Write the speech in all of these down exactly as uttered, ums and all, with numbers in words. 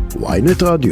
ynet רדיו.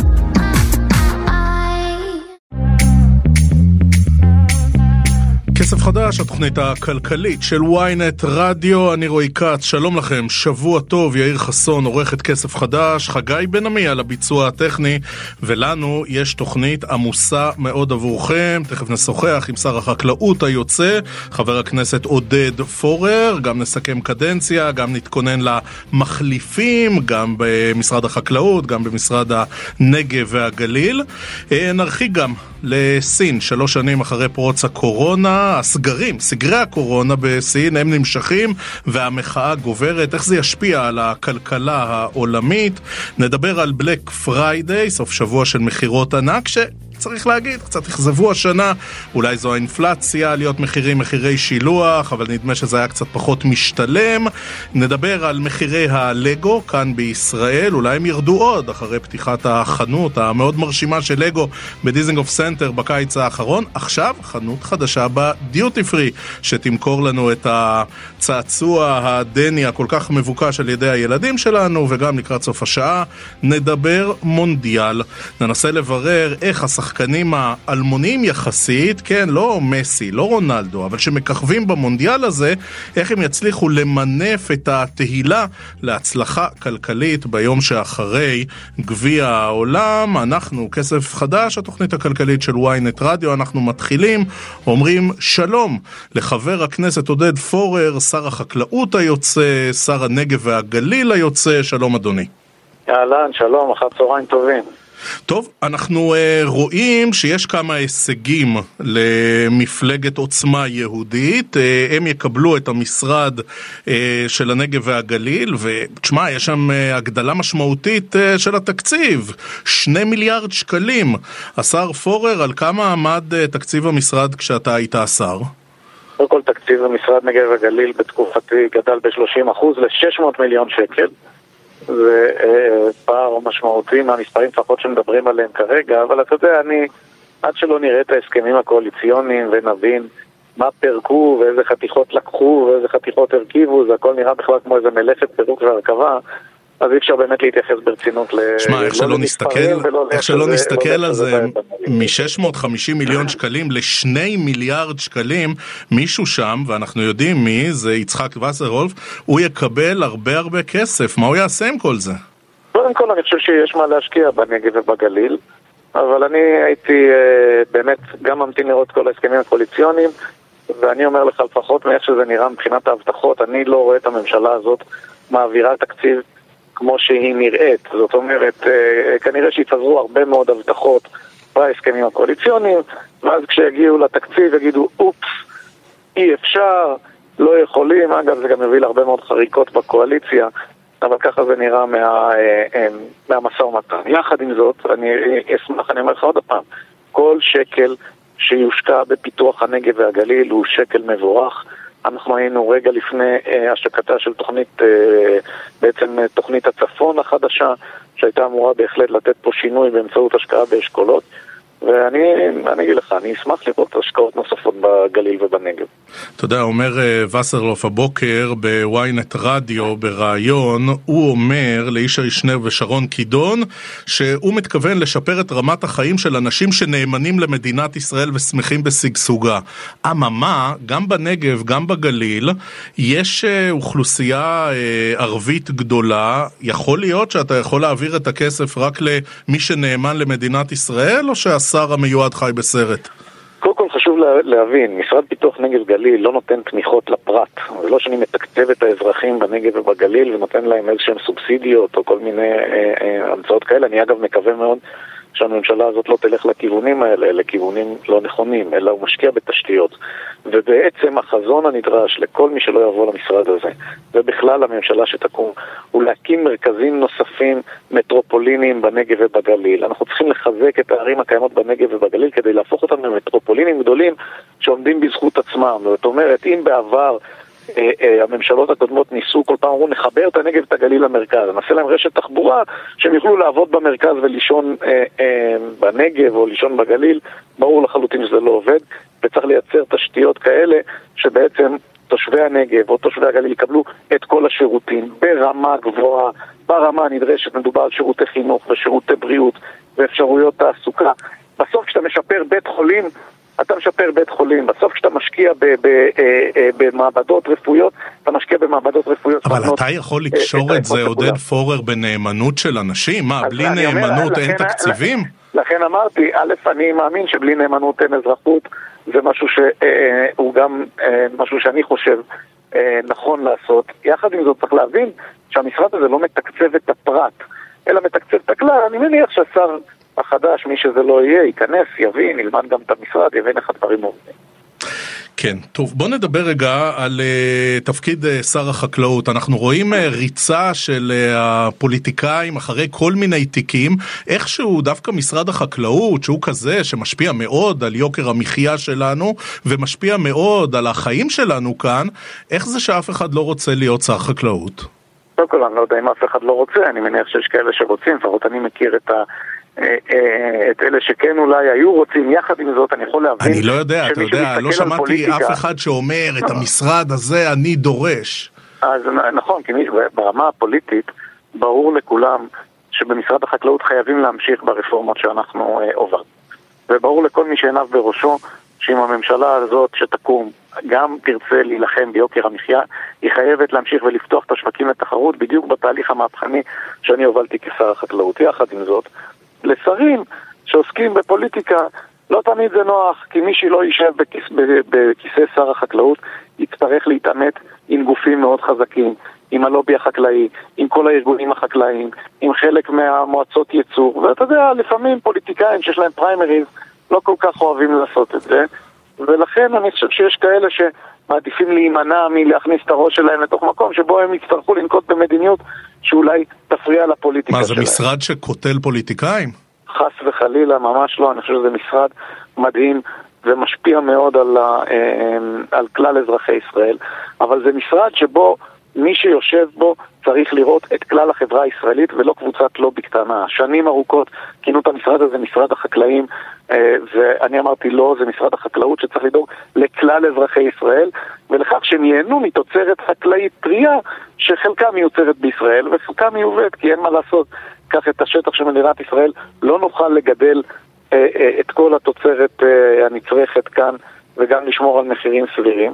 כסף חדש, התוכנית הכלכלית של ynet רדיו. אני רועי קץ, שלום לכם, שבוע טוב. יאיר חסון עורך את כסף חדש, חגי בן עמי על הביצוע הטכני, ולנו יש תוכנית עמוסה מאוד עבורכם. תכף נשוחח עם שר החקלאות היוצא חבר הכנסת עודד פורר, גם נסכם קדנציה, גם נתכונן למחליפים, גם במשרד החקלאות, גם במשרד הנגב והגליל. נרחיק גם לסין, שלוש שנים אחרי פרוץ הקורונה. הסגרים, סגרי הקורונה בסין הם נמשכים והמחאה גוברת. איך זה ישפיע על הכלכלה העולמית? נדבר על בלק פריידיי, סוף שבוע של מחירות ענק, שצריך להגיד, קצת אכזבו השנה. אולי זו האינפלציה, להיות מחירים, מחירי שילוח, אבל נדמה שזה היה קצת פחות משתלם. נדבר על מחירי הלגו כאן בישראל, אולי הם ירדו עוד אחרי פתיחת החנות המאוד מרשימה של לגו בדיזנגוף סנטר בקיץ האחרון. עכשיו חנות חדשה בדיוטי פרי שתמכור לנו את הצעצוע הדני הכל כך מבוקש על ידי הילדים שלנו. וגם לקראת סוף השעה נדבר מונדיאל, ננסה לברר איך השחקנים האלמוניים יחסית, כן, לא מסי, לא רונלדו, אבל שמככבים במונדיאל הזה, איך הם יצליחו למנף את התהילה להצלחה כלכלית ביום שאחרי גביע העולם. אנחנו כסף חדש, התוכנית הכלכלית של ynet רדיו. אנחנו מתחילים, אומרים שלום לחבר הכנסת עודד פורר, שר החקלאות היוצא, שר הנגב והגליל היוצא. שלום אדוני. אהלן, שלום, אחר צהריים טובים. טוב, אנחנו uh, רואים שיש כמה הישגים למפלגת עוצמה יהודית. Uh, הם יקבלו את המשרד uh, של הנגב והגליל, ותשמע, יש שם uh, הגדלה משמעותית uh, של התקציב, שני מיליארד שקלים. השר פורר, על כמה עמד uh, תקציב המשרד כשאתה היית השר? קודם כל, תקציב המשרד נגב והגליל בתקופתי גדל ב-שלושים אחוז ל-שש מאות מיליון שקל. זה פער משמעותי מהמספרים לפחות שמדברים עליהם כרגע, אבל אתה יודע, אני, עד שלא נראה את ההסכמים הקואליציוניים ונבין מה פרקו ואיזה חתיכות לקחו ואיזה חתיכות הרכיבו, זה הכל נראה בכלל כמו איזה מלאכת פירוק והרכבה, אז אי אפשר באמת להתייחס ברצינות. שמע, איך שלא נסתכל, איך שלא נסתכל על זה, מ-שש מאות וחמישים מיליון שקלים לשני מיליארד שקלים, מישהו שם, ואנחנו יודעים מי, זה יצחק וסרלוף, הוא יקבל הרבה הרבה כסף. מה הוא יעשה עם כל זה? קודם כל, אני חושב שיש מה להשקיע בנגב ובגליל, אבל אני הייתי באמת גם ממתין לראות כל ההסכמים הקואליציוניים, ואני אומר לך לפחות מאיך שזה נראה מבחינת ההבטחות, אני לא רואה את הממשלה הזאת מעבירה תקציב כמו שהיא נראית. זאת אומרת, כנראה שיפזרו הרבה מאוד הבטחות בהסכמים הקואליציוניים, ואז כשיגיעו לתקציב יגידו, אופס, אי אפשר, לא יכולים. אגב, זה גם מביא להרבה מאוד חריקות בקואליציה, אבל ככה זה נראה מה, מהמשא ומתן. יחד עם זאת, אני אשמח, אני אומר לך עוד הפעם, כל שקל שיושקע בפיתוח הנגב והגליל הוא שקל מבורך. אנחנו היינו רגע לפני אה, השקתה של תוכנית, אה, בעצם אה, תוכנית הצפון החדשה, שהייתה אמורה בהחלט לתת פה שינוי באמצעות השקעה באשכולות, ואני אני אגיד לך, אני אשמח לראות השקעות נוספות בגליל ובנגב. אתה יודע, אומר וסרלוף הבוקר בוויינט רדיו ברעיון, הוא אומר לאיש הישנר ושרון קידון, שהוא מתכוון לשפר את רמת החיים של אנשים שנאמנים למדינת ישראל ושמחים בסגסוגה. אממה, גם בנגב, גם בגליל, יש אוכלוסייה ערבית גדולה. יכול להיות שאתה יכול להעביר את הכסף רק למי שנאמן למדינת ישראל, או שהס השר המיועד חי בסרט? קודם כל חשוב להבין, משרד פיתוח נגב גליל לא נותן תמיכות לפרט. זה לא שאני מתקצב את האזרחים בנגב ובגליל ונותן להם איזשהם סובסידיות או כל מיני אה, אה, המצאות כאלה. אני אגב מקווה מאוד שהממשלה הזאת לא תלך לכיוונים האלה, לכיוונים לא נכונים, אלא הוא משקיע בתשתיות. ובעצם החזון הנדרש לכל מי שלא יבוא למשרד הזה, ובכלל הממשלה שתקום, הוא להקים מרכזים נוספים מטרופוליניים בנגב ובגליל. אנחנו צריכים לחזק את הערים הקיימות בנגב ובגליל כדי להפוך אותם למטרופולינים גדולים שעומדים בזכות עצמם. זאת אומרת, אם בעבר הממשלות הקודמות ניסו, כל פעם אמרו נחבר את הנגב ואת הגליל למרכז, נעשה להם רשת תחבורה שהם יוכלו לעבוד במרכז ולישון אה, אה, בנגב או לישון בגליל, ברור לחלוטין שזה לא עובד, וצריך לייצר תשתיות כאלה שבעצם תושבי הנגב או תושבי הגליל יקבלו את כל השירותים ברמה גבוהה, ברמה הנדרשת. מדובר על שירותי חינוך ושירותי בריאות ואפשרויות תעסוקה. בסוף כשאתה משפר בית חולים, אתה משפר בית חולים. בסוף כשאתה משקיע במעבדות רפואיות, אתה משקיע במעבדות רפואיות. אבל אתה יכול לקשור את זה, עודד פורר, בנאמנות של אנשים? מה, בלי נאמנות אין תקציבים? לכן אמרתי, א', אני מאמין שבלי נאמנות אין אזרחות. זה משהו שהוא גם משהו שאני חושב נכון לעשות. יחד עם זאת צריך להבין שהמשרד הזה לא מתקצב את הפרט, אלא מתקצב את הכלל. אני מניח שהשר החדש, מי שזה לא יהיה, ייכנס, יבין, ילמד גם את המשרד, יבין איך הדברים עובדים. כן, טוב, בוא נדבר רגע על uh, תפקיד uh, שר החקלאות. אנחנו רואים uh, ריצה של uh, הפוליטיקאים אחרי כל מיני תיקים, איכשהו דווקא משרד החקלאות, שהוא כזה שמשפיע מאוד על יוקר המחיה שלנו, ומשפיע מאוד על החיים שלנו כאן, איך זה שאף אחד לא רוצה להיות שר חקלאות? קודם כל, אני לא יודע אם אף אחד לא רוצה, אני מניח שיש כאלה שרוצים, לפחות אני מכיר את ה... את אלה שכן אולי היו רוצים. יחד עם זאת אני יכול להבין, אני לא יודע, אתה יודע, לא שמעתי אף אחד שאומר את המשרד הזה אני דורש. אז נכון, כי ברמה הפוליטית ברור לכולם שבמשרד החקלאות חייבים להמשיך ברפורמות שאנחנו עוברים, וברור לכל מי שעיניו בראשו שאם הממשלה הזאת שתקום גם תרצה להילחם ביוקר המחיה, היא חייבת להמשיך ולפתוח את השווקים לתחרות בדיוק בתהליך המהפכני שאני הובלתי כשר החקלאות. יחד עם זאת, לשרים שעוסקים בפוליטיקה לא תמיד זה נוח, כי מי שלא יישב בכיס, בכיסא שר החקלאות יצטרך להתעמת עם גופים מאוד חזקים, עם הלובי החקלאי, עם כל הארגונים החקלאיים, עם חלק מהמועצות ייצור. ואתה יודע, לפעמים פוליטיקאים שיש להם פריימריז לא כל כך אוהבים לעשות את זה, ולכן אני חושב שיש כאלה שמעדיפים להימנע מלהכניס את הראש שלהם לתוך מקום שבו הם יצטרכו לנקוט במדיניות שאולי תפריע לפוליטיקה שלהם. מה, זה משרד שקוטל פוליטיקאים? חס וחלילה, ממש לא. אני חושב שזה משרד מדהים ומשפיע מאוד על, על כלל אזרחי ישראל, אבל זה משרד שבו מי שיושב בו צריך לראות את כלל החברה הישראלית ולא קבוצת לובי קטנה. שנים ארוכות כינו את המשרד הזה משרד החקלאים, ואני אמרתי לא, זה משרד החקלאות שצריך לדאוג לכלל אזרחי ישראל ולכך שהם ייהנו מתוצרת חקלאית טריה שחלקה מיוצרת בישראל וחלקה מיובאת, כי אין מה לעשות, כך את השטח של מדינת ישראל לא נוכל לגדל את כל התוצרת הנצרכת כאן וגם לשמור על מחירים סבירים.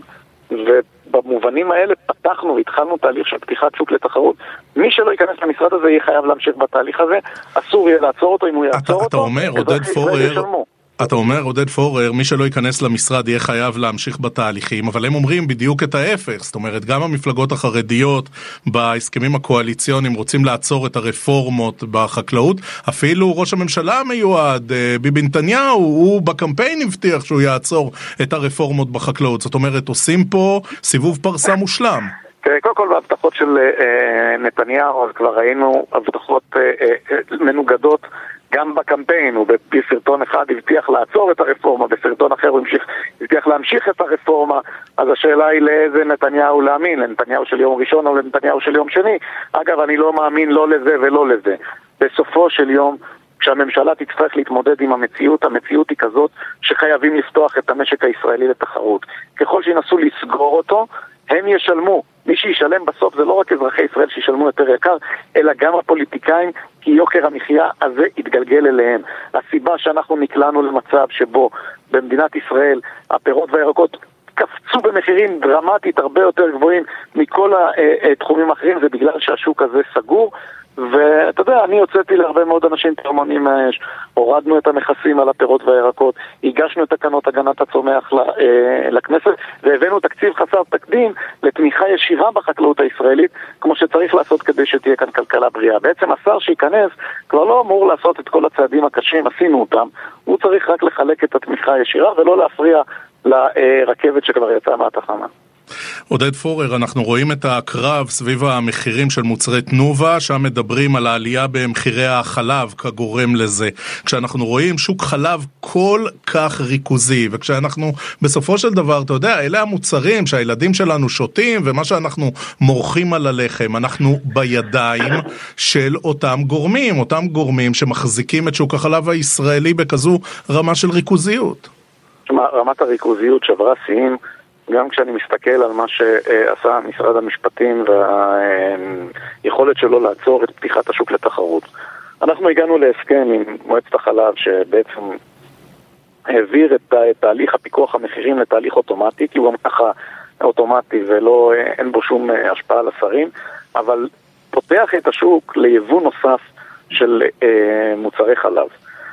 ובמובנים האלה פתחנו והתחלנו תהליך של פתיחת שוק לתחרות. מי שלא ייכנס למשרד הזה יהיה חייב להמשיך בתהליך הזה, אסור יהיה לעצור אותו. אם הוא יעצור אותו, אתה אומר, עודד פורר, אתה אומר, עודד פורר, מי שלא ייכנס למשרד יהיה חייב להמשיך בתהליכים, אבל הם אומרים בדיוק את ההפך. זאת אומרת, גם המפלגות החרדיות בהסכמים הקואליציוניים רוצים לעצור את הרפורמות בחקלאות. אפילו ראש הממשלה המיועד, ביבי נתניהו, הוא בקמפיין הבטיח שהוא יעצור את הרפורמות בחקלאות. זאת אומרת, עושים פה סיבוב פרסה מושלם. קודם כל, בהבטחות של נתניהו, כבר ראינו הבטחות מנוגדות גם בקמפיין. הוא בסרטון אחד הבטיח לעצור את הרפורמה, בסרטון אחר הוא המשיך, הבטיח להמשיך את הרפורמה. אז השאלה היא לאיזה נתניהו להאמין, לנתניהו של יום ראשון או לנתניהו של יום שני. אגב, אני לא מאמין לא לזה ולא לזה. בסופו של יום, כשהממשלה תצטרך להתמודד עם המציאות, המציאות היא כזאת שחייבים לפתוח את המשק הישראלי לתחרות. ככל שינסו לסגור אותו, הם ישלמו. מי שישלם בסוף זה לא רק אזרחי ישראל שישלמו יותר יקר, אלא גם הפוליטיקאים, כי יוקר המחיה הזה יתגלגל אליהם. הסיבה שאנחנו נקלענו למצב שבו במדינת ישראל הפירות והירקות קפצו במחירים דרמטית הרבה יותר גבוהים מכל התחומים האחרים, זה בגלל שהשוק הזה סגור. ואתה יודע, אני יוצאתי להרבה מאוד אנשים תרמונים מהאש, הורדנו את המכסים על הפירות והירקות, הגשנו את תקנות הגנת הצומח לכנסת, והבאנו תקציב חסר תקדים לתמיכה ישירה בחקלאות הישראלית, כמו שצריך לעשות כדי שתהיה כאן כלכלה בריאה. בעצם השר שייכנס כבר לא אמור לעשות את כל הצעדים הקשים, עשינו אותם, הוא צריך רק לחלק את התמיכה הישירה ולא להפריע לרכבת שכבר יצאה מהתחנה. עודד פורר, אנחנו רואים את הקרב סביב המחירים של מוצרי תנובה, שם מדברים על העלייה במחירי החלב כגורם לזה. כשאנחנו רואים שוק חלב כל כך ריכוזי, וכשאנחנו בסופו של דבר, אתה יודע, אלה המוצרים שהילדים שלנו שותים, ומה שאנחנו מורחים על הלחם, אנחנו בידיים של אותם גורמים, אותם גורמים שמחזיקים את שוק החלב הישראלי בכזו רמה של ריכוזיות. רמת הריכוזיות שברה שיאים גם כשאני מסתכל על מה שעשה משרד המשפטים והיכולת שלו לעצור את פתיחת השוק לתחרות. אנחנו הגענו להסכם עם מועצת החלב שבעצם העביר את תהליך הפיקוח המחירים לתהליך אוטומטי, כי הוא גם ככה אוטומטי ולא, אין בו שום השפעה על השרים, אבל פותח את השוק ליבוא נוסף של אה, מוצרי חלב.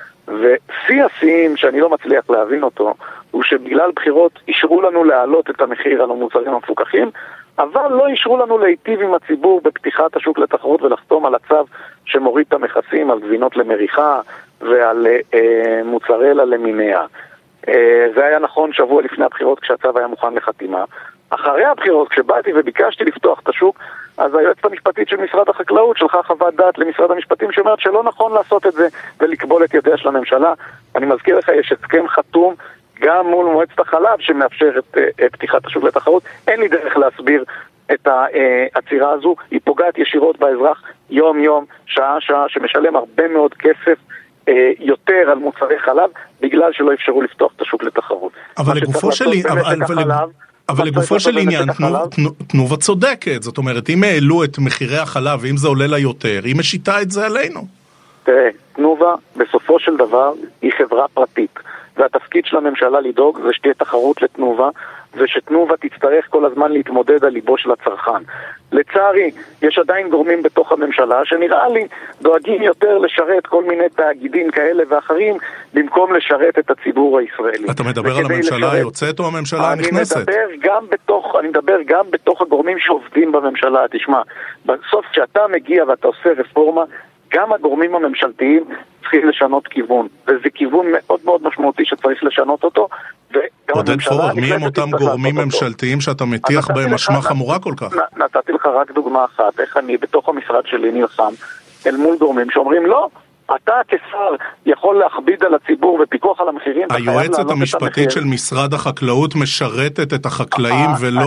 ושיא השיאים שאני לא מצליח להבין אותו, הוא שבגלל בחירות אישרו לנו להעלות את המחיר על המוצרים המפוקחים, אבל לא אישרו לנו להיטיב עם הציבור בפתיחת השוק לתחרות ולחתום על הצו שמוריד את המכסים על גבינות למריחה ועל אה, מוצרלה למיניה. אה, זה היה נכון שבוע לפני הבחירות כשהצו היה מוכן לחתימה. אחרי הבחירות, כשבאתי וביקשתי לפתוח את השוק, אז היועצת המשפטית של משרד החקלאות שלחה חוות דעת למשרד המשפטים שאומרת שלא נכון לעשות את זה ולקבול את ידיה של הממשלה. אני מזכיר לך, יש הסכם חתום גם מול מועצת החלב שמאפשר את, את פתיחת השוק לתחרות. אין לי דרך להסביר את העצירה הזו, היא פוגעת ישירות באזרח יום יום, שעה שעה, שמשלם הרבה מאוד כסף יותר על מוצרי חלב בגלל שלא אפשרו לפתוח את השוק לתחרות. אבל לגופו שלי... אבל לגופו של עניין, תנובה צודקת, זאת אומרת, אם העלו את מחירי החלב, ואם זה עולה לה יותר, היא משיתה את זה עלינו. תראה, תנובה בסופו של דבר היא חברה פרטית, והתפקיד של הממשלה לדאוג זה שתהיה תחרות לתנובה, ושתנובה תצטרך כל הזמן להתמודד על ליבו של הצרכן. לצערי, יש עדיין גורמים בתוך הממשלה שנראה לי דואגים יותר לשרת כל מיני תאגידים כאלה ואחרים, במקום לשרת את הציבור הישראלי. אתה מדבר על הממשלה היוצאת או הממשלה הנכנסת? אני מדבר גם בתוך, אני מדבר גם בתוך הגורמים שעובדים בממשלה. תשמע, בסוף כשאתה מגיע ואתה עושה רפורמה, גם הגורמים הממשלתיים צריכים לשנות כיוון, וזה כיוון מאוד מאוד משמעותי שצריך לשנות אותו. עודד פורר, מי הם אותם גורמים ממשלתיים שאתה מטיח בהם אשמה חמורה כל כך? נתתי לך רק דוגמה אחת, איך אני בתוך המשרד שלי נלחם אל מול גורמים שאומרים לא, אתה כשר יכול להכביד על הציבור ופיקוח על המחירים. היועצת המשפטית של משרד החקלאות משרתת את החקלאים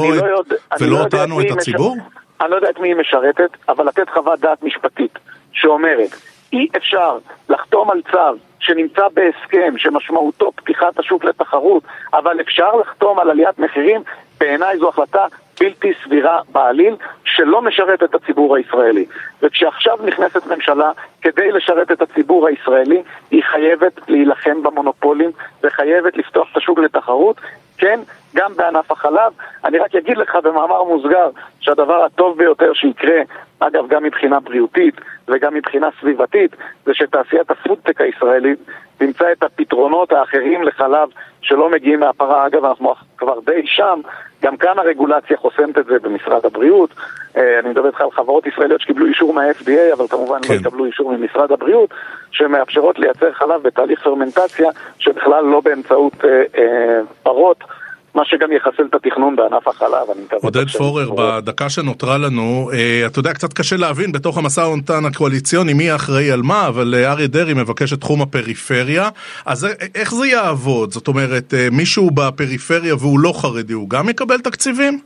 ולא אותנו, את הציבור? אני לא יודע את מי היא משרתת, אבל לתת חוות דעת משפטית שאומרת, אי אפשר לחתום על צו שנמצא בהסכם שמשמעותו פתיחת השוק לתחרות, אבל אפשר לחתום על עליית מחירים, בעיניי זו החלטה בלתי סבירה בעליל, שלא משרת את הציבור הישראלי. וכשעכשיו נכנסת ממשלה כדי לשרת את הציבור הישראלי, היא חייבת להילחם במונופולים, וחייבת לפתוח את השוק לתחרות, כן, גם בענף החלב. אני רק אגיד לך במאמר מוסגר, שהדבר הטוב ביותר שיקרה, אגב גם מבחינה בריאותית וגם מבחינה סביבתית, זה שתעשיית הפודטק הישראלית תמצא את הפתרונות האחרים לחלב שלא מגיעים מהפרה. אגב, אנחנו כבר די שם, גם כאן הרגולציה חוסמת את זה במשרד הבריאות. אני מדבר איתך על חברות ישראליות שקיבלו אישור מה-אף די איי, אבל כמובן כן. לא יקבלו אישור ממשרד הבריאות, שמאפשרות לייצר חלב בתהליך פרמנטציה, שבכלל לא באמצעות אה, אה, פרות, מה שגם יחסל את התכנון בענף החלב. עודד פורר, בדקה שנותרה לנו, אתה יודע, קצת קשה להבין בתוך המשא ומתן הקואליציוני מי אחראי על מה, אבל אריה דרעי מבקש את תחום הפריפריה, אז איך זה יעבוד? זאת אומרת, מישהו בפריפריה והוא לא חרדי, הוא גם יקבל תקציבים?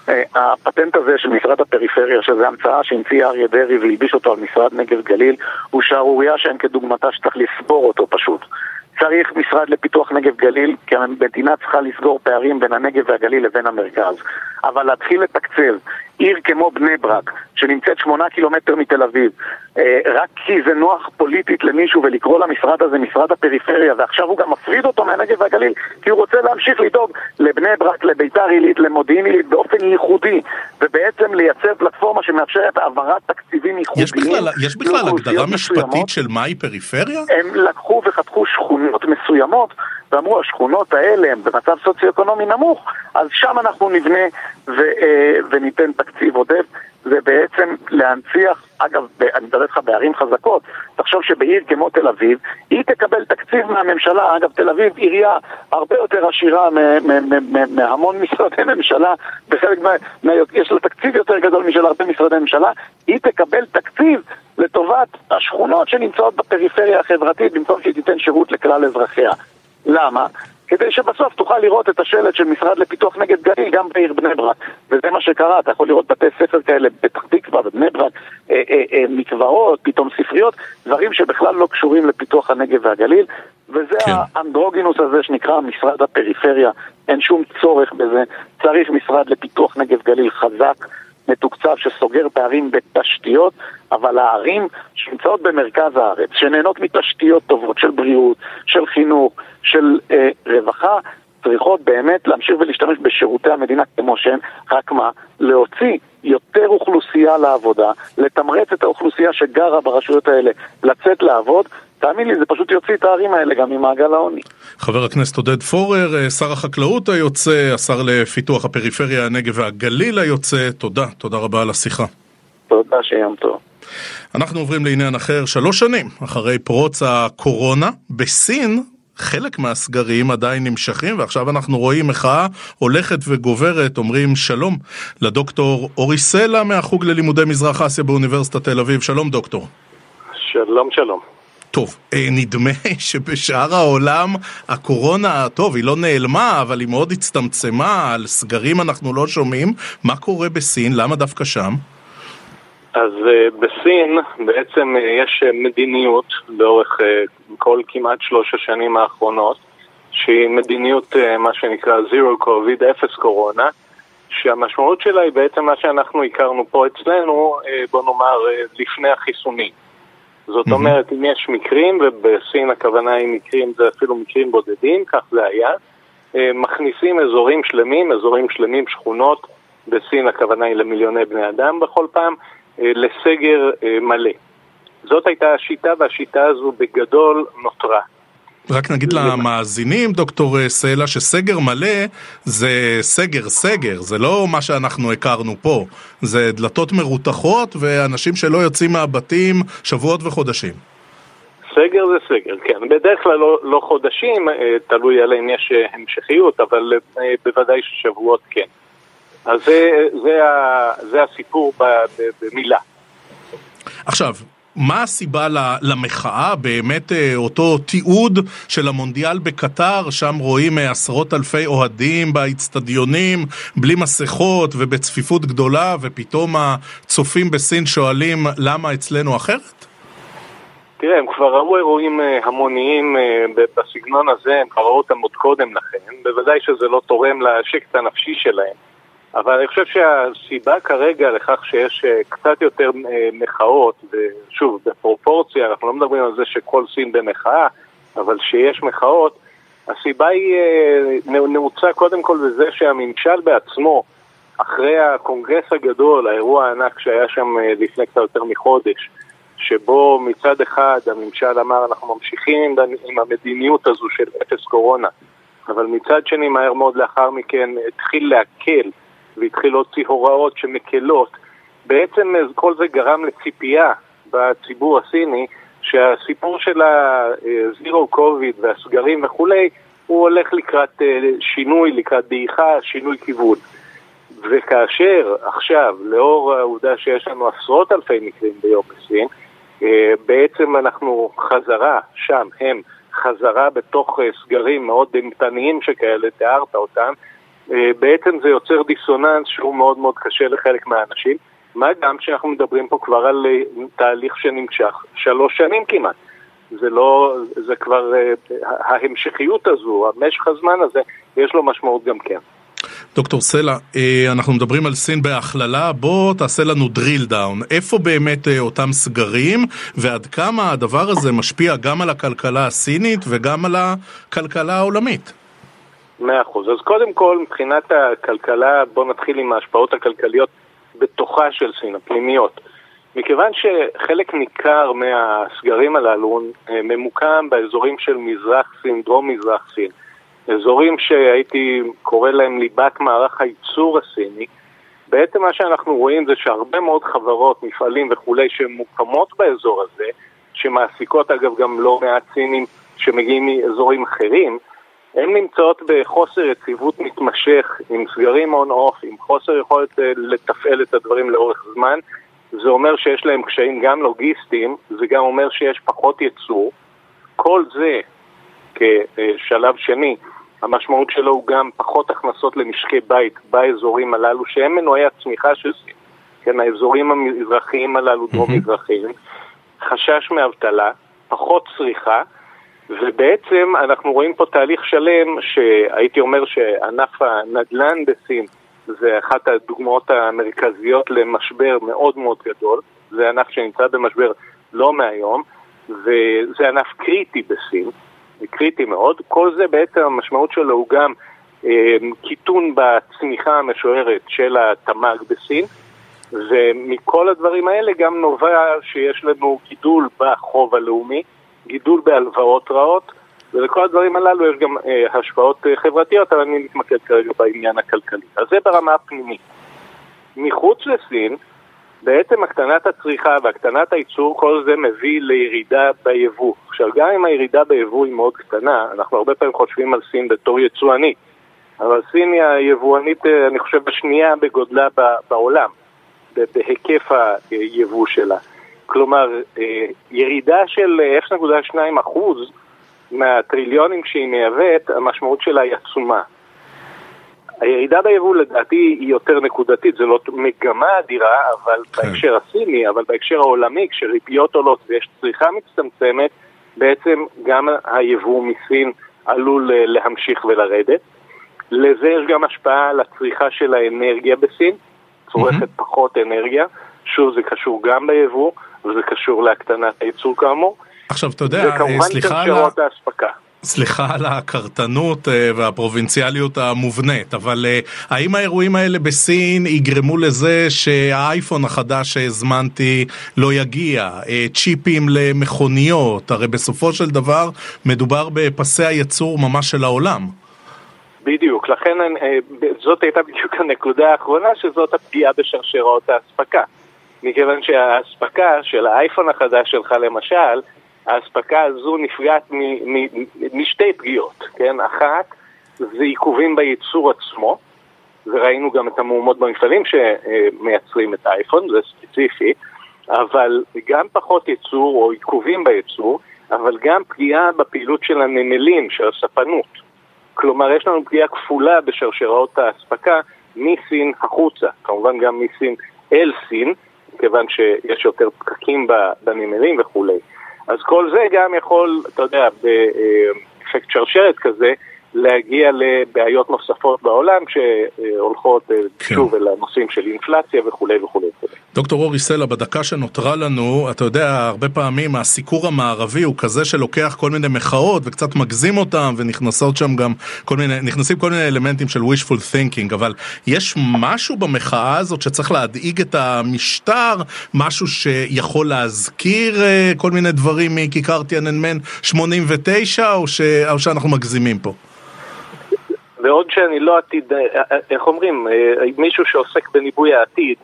הפטנט הזה של משרד הפריפריה, שזה המצאה שהמציא אריה דרעי והלביש אותו על משרד נגב גליל, הוא שערוריה שאין כדוגמתה שצריך לסבור אותו פשוט. צריך משרד לפיתוח נגב גליל, כי המדינה צריכה לסגור פערים בין הנגב והגליל לבין המרכז. אבל להתחיל לתקצב עיר כמו בני ברק, שנמצאת שמונה קילומטר מתל אביב, רק כי זה נוח פוליטית למישהו ולקרוא למשרד הזה משרד הפריפריה, ועכשיו הוא גם מפריד אותו מהנגב והגליל, כי הוא רוצה להמשיך לדאוג לבני ברק, לביתר עילית, למודיעין עילית, באופן ייחודי, ובעצם לייצר פלטפורמה שמאפשרת העברת תקציבים ייחודיים. יש בכלל, יש בכלל הגדרה משפטית של מהי פריפריה? הם לקחו וחתכו שכונות מסוימות, ואמרו, השכונות האלה הם במצב סוציו-אקונומי נמוך, אז שם אנחנו נבנה ו- וניתן תקציב עודף. זה בעצם להנציח, אגב, אני מדבר לך בערים חזקות, תחשוב שבעיר כמו תל אביב, היא תקבל תקציב מהממשלה, אגב, תל אביב עירייה הרבה יותר עשירה מהמון משרדי ממשלה, בחלק מה... יש לה תקציב יותר גדול משל הרבה משרדי ממשלה, היא תקבל תקציב לטובת השכונות שנמצאות בפריפריה החברתית, במקום שהיא תיתן שירות לכלל אזרחיה. למה? כדי שבסוף תוכל לראות את השלט של משרד לפיתוח נגב גליל גם בעיר בני ברק. וזה מה שקרה, אתה יכול לראות בתי ספר כאלה בפתח תקווה, בבני ברק, אה, אה, אה, מקוואות, פתאום ספריות, דברים שבכלל לא קשורים לפיתוח הנגב והגליל. וזה כן. האנדרוגינוס הזה שנקרא משרד הפריפריה. אין שום צורך בזה. צריך משרד לפיתוח נגב גליל חזק, מתוקצב, שסוגר פערים בתשתיות, אבל הערים שנמצאות במרכז הארץ, שנהנות מתשתיות טובות של בריאות, של חינוך, של אה, רווחה, צריכות באמת להמשיך ולהשתמש בשירותי המדינה כמו שהן, רק מה? להוציא יותר אוכלוסייה לעבודה, לתמרץ את האוכלוסייה שגרה ברשויות האלה לצאת לעבוד. תאמין לי, זה פשוט יוציא את הערים האלה גם ממעגל העוני. חבר הכנסת עודד פורר, שר החקלאות היוצא, השר לפיתוח הפריפריה, הנגב והגליל היוצא, תודה, תודה רבה על השיחה. תודה, שיום טוב. אנחנו עוברים לעניין אחר. שלוש שנים אחרי פרוץ הקורונה, בסין חלק מהסגרים עדיין נמשכים, ועכשיו אנחנו רואים מחאה הולכת וגוברת. אומרים שלום לדוקטור אורי סלע מהחוג ללימודי מזרח אסיה באוניברסיטת תל אביב. שלום דוקטור. שלום שלום. טוב, נדמה שבשאר העולם הקורונה, טוב, היא לא נעלמה, אבל היא מאוד הצטמצמה, על סגרים אנחנו לא שומעים. מה קורה בסין? למה דווקא שם? אז בסין בעצם יש מדיניות לאורך כל כמעט שלוש השנים האחרונות, שהיא מדיניות מה שנקרא Zero COVID, אפס קורונה, שהמשמעות שלה היא בעצם מה שאנחנו הכרנו פה אצלנו, בוא נאמר, לפני החיסונים. זאת אומרת, אם יש מקרים, ובסין הכוונה היא מקרים, זה אפילו מקרים בודדים, כך זה היה, מכניסים אזורים שלמים, אזורים שלמים, שכונות, בסין הכוונה היא למיליוני בני אדם בכל פעם, לסגר מלא. זאת הייתה השיטה, והשיטה הזו בגדול נותרה. רק נגיד למאזינים, דוקטור סלע, שסגר מלא זה סגר סגר, זה לא מה שאנחנו הכרנו פה. זה דלתות מרותחות ואנשים שלא יוצאים מהבתים שבועות וחודשים. סגר זה סגר, כן. בדרך כלל לא, לא חודשים, תלוי עליהם יש המשכיות, אבל בוודאי ששבועות כן. אז זה, זה, זה הסיפור במילה. עכשיו, מה הסיבה למחאה? באמת אותו תיעוד של המונדיאל בקטר, שם רואים עשרות אלפי אוהדים באצטדיונים, בלי מסכות ובצפיפות גדולה, ופתאום הצופים בסין שואלים למה אצלנו אחרת? תראה, הם כבר ראו אירועים המוניים בסגנון הזה, הם כבר ראו אותם עוד קודם לכן, בוודאי שזה לא תורם לשקט הנפשי שלהם. אבל אני חושב שהסיבה כרגע לכך שיש קצת יותר מחאות, ושוב, בפרופורציה, אנחנו לא מדברים על זה שכל סין במחאה, אבל שיש מחאות, הסיבה היא נעוצה קודם כל בזה שהממשל בעצמו, אחרי הקונגרס הגדול, האירוע הענק שהיה שם לפני קצת יותר מחודש, שבו מצד אחד הממשל אמר אנחנו ממשיכים עם המדיניות הזו של אפס קורונה, אבל מצד שני מהר מאוד לאחר מכן התחיל להקל, והתחיל להוציא הוראות שמקלות. בעצם כל זה גרם לציפייה בציבור הסיני, שהסיפור של ה-Zero COVID והסגרים וכולי, הוא הולך לקראת שינוי, לקראת דעיכה, שינוי כיוון. וכאשר עכשיו, לאור העובדה שיש לנו עשרות אלפי מקרים ביום בסין, בעצם אנחנו חזרה שם, הם חזרה בתוך סגרים מאוד דמתניים שכאלה, תיארת אותם, בעצם זה יוצר דיסוננס שהוא מאוד מאוד קשה לחלק מהאנשים, מה גם שאנחנו מדברים פה כבר על תהליך שנמשך שלוש שנים כמעט. זה לא, זה כבר, ההמשכיות הזו, המשך הזמן הזה, יש לו משמעות גם כן. דוקטור סלע, אנחנו מדברים על סין בהכללה, בוא תעשה לנו drill down. איפה באמת אותם סגרים, ועד כמה הדבר הזה משפיע גם על הכלכלה הסינית וגם על הכלכלה העולמית? מאה אחוז. אז קודם כל, מבחינת הכלכלה, בוא נתחיל עם ההשפעות הכלכליות בתוכה של סין, הפנימיות. מכיוון שחלק ניכר מהסגרים הללו ממוקם באזורים של מזרח סין, דרום מזרח סין, אזורים שהייתי קורא להם ליבת מערך הייצור הסיני, בעצם מה שאנחנו רואים זה שהרבה מאוד חברות, מפעלים וכולי שמוקמות באזור הזה, שמעסיקות אגב גם לא מעט סינים שמגיעים מאזורים אחרים, הן נמצאות בחוסר יציבות מתמשך, עם סגרים on-off, עם חוסר יכולת לתפעל את הדברים לאורך זמן. זה אומר שיש להם קשיים גם לוגיסטיים, זה גם אומר שיש פחות ייצור. כל זה כשלב שני, המשמעות שלו הוא גם פחות הכנסות למשקי בית באזורים הללו, שהם מנועי הצמיחה של סין. כן, האזורים המזרחיים הללו, דרום מזרחיים, חשש מאבטלה, פחות צריכה, ובעצם אנחנו רואים פה תהליך שלם שהייתי אומר שענף הנדל"ן בסין זה אחת הדוגמאות המרכזיות למשבר מאוד מאוד גדול. זה ענף שנמצא במשבר לא מהיום, וזה ענף קריטי בסין, קריטי מאוד. כל זה בעצם המשמעות שלו הוא גם אה, קיטון בצמיחה המשוערת של התמ"ג בסין, ומכל הדברים האלה גם נובע שיש לנו גידול בחוב הלאומי, גידול בהלוואות רעות, ולכל הדברים הללו יש גם אה, השפעות אה, חברתיות, אבל אני מתמקד כרגע בעניין הכלכלי. אז זה ברמה הפנימית. מחוץ לסין, בעצם הקטנת הצריכה והקטנת הייצור, כל זה מביא לירידה ביבוא. עכשיו, גם אם הירידה ביבוא היא מאוד קטנה, אנחנו הרבה פעמים חושבים על סין בתור יצואנית, אבל סין היא היבואנית, אני חושב, השנייה בגודלה בעולם, בהיקף היבוא שלה. כלומר, ירידה של אפס נקודה שתיים אחוז מהטריליונים שהיא מייבאת, המשמעות שלה היא עצומה. הירידה ביבוא לדעתי היא יותר נקודתית, זה לא מגמה אדירה, אבל בהקשר הסיני, אבל בהקשר העולמי, כשריביות עולות ויש צריכה מצטמצמת, בעצם גם היבוא מסין עלול להמשיך ולרדת. לזה יש גם השפעה על הצריכה של האנרגיה בסין, צורכת פחות אנרגיה, שוב זה קשור גם ביבוא, וזה קשור להקטנת הייצור כאמור. עכשיו אתה יודע, סליחה על ה... סליחה על הקרטנות והפרובינציאליות המובנית, אבל האם האירועים האלה בסין יגרמו לזה שהאייפון החדש שהזמנתי לא יגיע, צ'יפים למכוניות, הרי בסופו של דבר מדובר בפסי הייצור ממש של העולם. בדיוק, לכן זאת הייתה בדיוק הנקודה האחרונה, שזאת הפגיעה בשרשרות האספקה. מכיוון שהאספקה של האייפון החדש שלך למשל, ההספקה הזו נפגעת משתי פגיעות, כן? אחת, זה עיכובים בייצור עצמו, וראינו גם את המהומות במפעלים שמייצרים את האייפון, זה ספציפי, אבל גם פחות ייצור או עיכובים בייצור, אבל גם פגיעה בפעילות של הנמלים, של הספנות. כלומר, יש לנו פגיעה כפולה בשרשרות ההספקה מסין החוצה, כמובן גם מסין אל סין, כיוון שיש יותר פקקים בנמלים וכו'. אז כל זה גם יכול, אתה יודע, באפקט שרשרת כזה, להגיע לבעיות נוספות בעולם שהולכות שוב אל הנושאים של אינפלציה וכו' וכו'. דוקטור אורי סלע, בדקה שנותרה לנו, אתה יודע, הרבה פעמים הסיקור המערבי הוא כזה שלוקח כל מיני מחאות וקצת מגזים אותם, ונכנסות שם גם כל מיני, נכנסים כל מיני אלמנטים של wishful thinking, אבל יש משהו במחאה הזאת שצריך להדאיג את המשטר, משהו שיכול להזכיר כל מיני דברים מכיכר טיאננמן שמונים ותשע, או, ש... או שאנחנו מגזימים פה? ועוד שאני לא עתיד, איך אומרים, מישהו שעוסק בניבוי העתיד,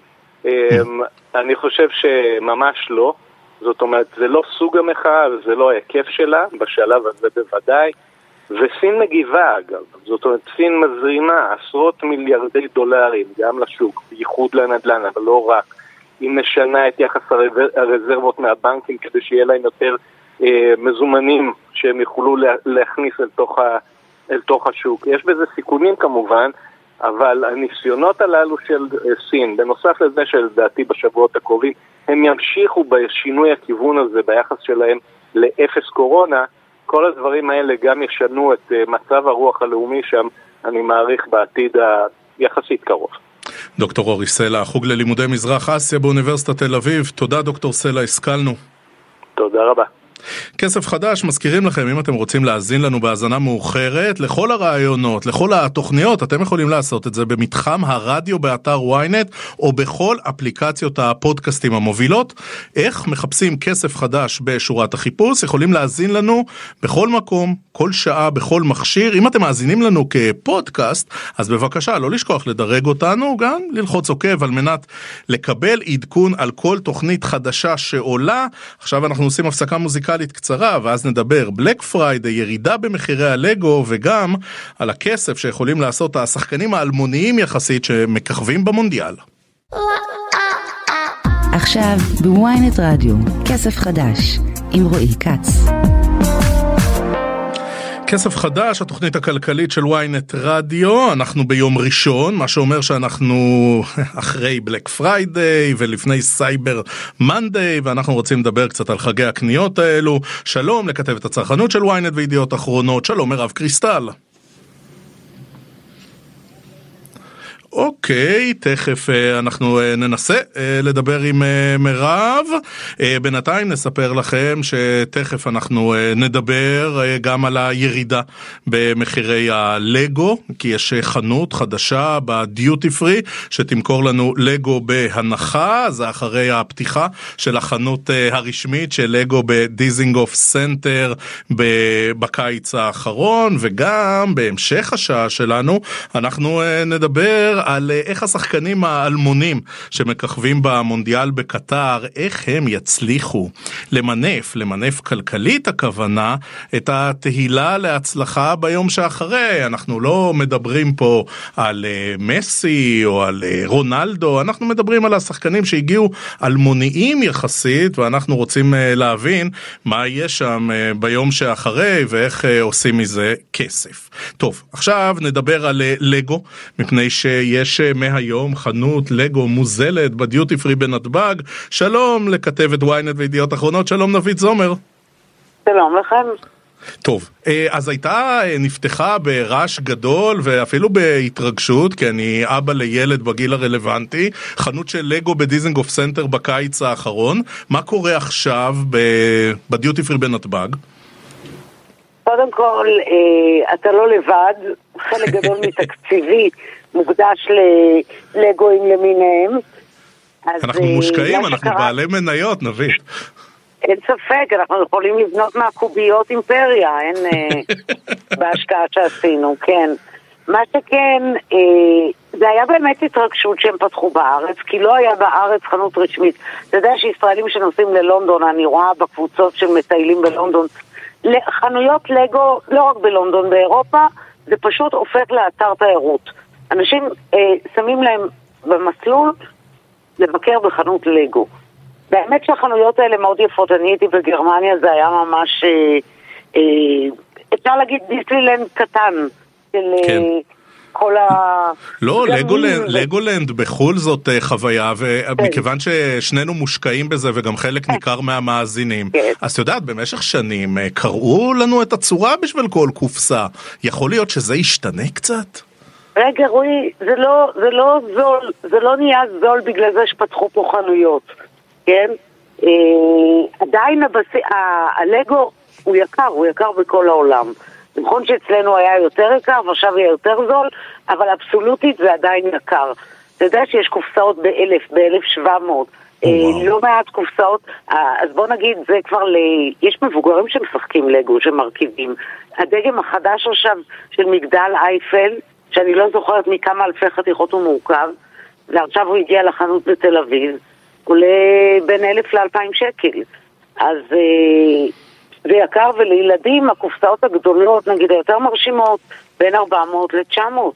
אני חושב שממש לא. זאת אומרת, זה לא סוג המחאה, זה לא ההיקף שלה, בשלב הזה בוודאי. וסין מגיבה אגב, זאת אומרת, סין מזרימה עשרות מיליארדי דולרים גם לשוק, בייחוד לנדל"ן, אבל לא רק. היא משנה את יחס הרזרבות מהבנקים כדי שיהיה להם יותר מזומנים שהם יוכלו להכניס אל תוך ה... אל תוך השוק. יש בזה סיכונים כמובן, אבל הניסיונות הללו של סין, בנוסף לזה שלדעתי בשבועות הקרובים, הם ימשיכו בשינוי הכיוון הזה ביחס שלהם לאפס קורונה, כל הדברים האלה גם ישנו את מצב הרוח הלאומי שם, אני מעריך בעתיד היחסית קרוב. דוקטור אורי סלע, חוג ללימודי מזרח אסיה באוניברסיטת תל אביב. תודה דוקטור סלע, השכלנו. תודה רבה. כסף חדש, מזכירים לכם, אם אתם רוצים להאזין לנו בהאזנה מאוחרת, לכל הרעיונות, לכל התוכניות, אתם יכולים לעשות את זה במתחם הרדיו באתר וויינט, או בכל אפליקציות הפודקאסטים המובילות. איך מחפשים כסף חדש בשורת החיפוש? יכולים להאזין לנו בכל מקום, כל שעה, בכל מכשיר. אם אתם מאזינים לנו כפודקאסט, אז בבקשה, לא לשכוח לדרג אותנו, גם ללחוץ עוקב על מנת לקבל עדכון על כל תוכנית חדשה שעולה. עכשיו אנחנו עושים הפסקה מוזיקלית קצרה, ואז נדבר בלק פריידי, ירידה במחירי הלגו, וגם על הכסף שיכולים לעשות השחקנים האלמוניים יחסית שמככבים במונדיאל. עכשיו בוויינט רדיו, כסף חדש, עם רועי קץ. כסף חדש, התוכנית הכלכלית של וויינט רדיו. אנחנו ביום ראשון, מה שאומר שאנחנו אחרי בלק פריידיי ולפני סייבר מנדיי, ואנחנו רוצים לדבר קצת על חגי הקניות האלו. שלום לכתבת הצרכנות של וויינט וידיעות אחרונות, שלום מירב קריסטל. אוקיי, תכף אנחנו ננסה לדבר עם מירב. בינתיים נספר לכם שתכף אנחנו נדבר גם על הירידה במחירי הלגו, כי יש חנות חדשה בדיוטי פרי שתמכור לנו לגו בהנחה. זה אחרי הפתיחה של החנות הרשמית של לגו בדיזינגוף סנטר בקיץ האחרון, וגם בהמשך השעה שלנו אנחנו נדבר על איך השחקנים האלמונים שמככבים במונדיאל בקטר, איך הם יצליחו למנף, למנף כלכלית הכוונה, את התהילה להצלחה ביום שאחרי. אנחנו לא מדברים פה על מסי או על רונלדו, אנחנו מדברים על השחקנים שהגיעו אלמוניים יחסית, ואנחנו רוצים להבין מה יש שם ביום שאחרי ואיך עושים מזה כסף. טוב, עכשיו נדבר על לגו, מפני שיש מהיום חנות לגו מוזלת בדיוטי פרי בנתב"ג. שלום לכתבת וויינט וידיעות אחרונות, שלום נבית זומר. שלום לכם. טוב, אז הייתה, נפתחה ברעש גדול ואפילו בהתרגשות, כי אני אבא לילד בגיל הרלוונטי, חנות של לגו בדיזינגוף סנטר בקיץ האחרון. מה קורה עכשיו בדיוטי פרי בנתב"ג? קודם כל, אתה לא לבד, חלק גדול מתקציבי מוקדש ללגואים למיניהם. אנחנו מושקעים, אנחנו בעלי מניות, נביא. אין ספק, אנחנו יכולים לבנות מהקוביות אימפריה, אין בהשקעה שעשינו, כן. מה שכן, זה היה באמת התרגשות שהם פתחו בארץ, כי לא היה בארץ חנות רשמית. אתה יודע שישראלים שנוסעים ללונדון, אני רואה בקבוצות של מטיילים בלונדון, חנויות לגו, לא רק בלונדון, באירופה, זה פשוט הופך לאתר תיירות. אנשים אה, שמים להם במסלול לבקר בחנות לגו. באמת שהחנויות האלה מאוד יפות. אני הייתי בגרמניה, זה היה ממש, אה, אה, אפשר להגיד דיסנילנד קטן של כן. אה, כל ה... לא, לגולנד, לגולנד בחול זאת חוויה, ומכיוון ששנינו מושקעים בזה וגם חלק ניכר מהמאזינים, אז יודעת, במשך שנים קראו לנו את הצורה בשביל כל קופסה. יכול להיות שזה ישתנה קצת? רגע, רואי, זה לא, זה לא זול, זה לא נהיה זול בגלל זה שפתחו פה חנויות, כן? אה, עדיין הבס... הלגו הוא יקר, הוא יקר בכל העולם. נכון שאצלנו היה יותר יקר ועכשיו יהיה יותר זול, אבל אבסולוטית זה עדיין יקר. אתה יודע שיש קופסאות באלף, באלף שבע מאות, אה, לא מעט קופסאות, אז בוא נגיד, זה כבר ל... יש מבוגרים שמשחקים לגו, שמרכיבים. הדגם החדש עכשיו של מגדל אייפל, שאני לא זוכרת מכמה אלפי חתיכות הוא מורכב, ועכשיו הוא הגיע לחנות בתל אביב, עולה בין אלף לאלפיים שקל. אז אה, זה יקר, ולילדים הקופסאות הגדולות, נגיד היותר מרשימות, בין ארבע מאות ל-תשע מאות.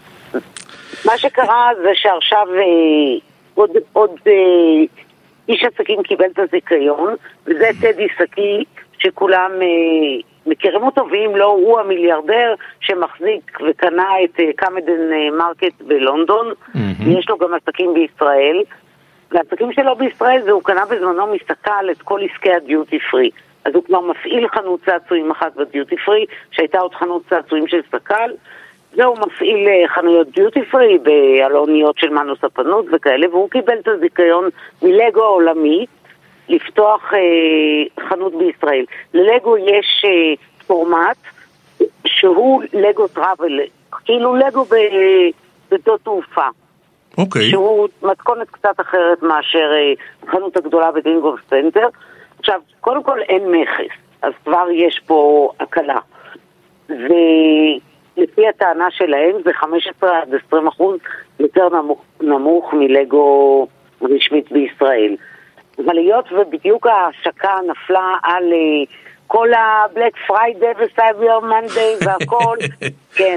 מה שקרה זה שעכשיו אה, עוד, עוד אה, איש עסקים קיבל את הזיכיון, וזה טדי סקי, שכולם... אה, מכירים אותו, ואם לא, הוא המיליארדר שמחזיק וקנה את קמדן מרקט בלונדון, mm-hmm. ויש לו גם עסקים בישראל, והעסקים שלו בישראל זה הוא קנה בזמנו מסתכל את כל עסקי הדיוטי פרי, אז הוא כבר מפעיל חנות צעצועים אחת בדיוטי פרי, שהייתה עוד חנות צעצועים של סתכל, והוא מפעיל חנויות דיוטי פרי בעלוניות של מנו ספנות וכאלה, והוא קיבל את הזיכיון מלגו העולמי, לפתוח אה, חנות בישראל. ללגו יש אה, פורמט שהוא לגו טראבל, כאילו לגו בדות תעופה. אוקיי. Okay. שהוא מתכונת קצת אחרת מאשר אה, חנות הגדולה בדיזינגוף סנטר. עכשיו, קודם כל אין מכס, אז כבר יש פה הקלה. ולפי הטענה שלהם זה חמש עשרה עד עשרים אחוז יותר נמוך, נמוך מלגו רשמית בישראל. אבל היות ובדיוק ההשקה נפלה על uh, כל הבלק פריידיי וסייבר מנדיי והכל, כן,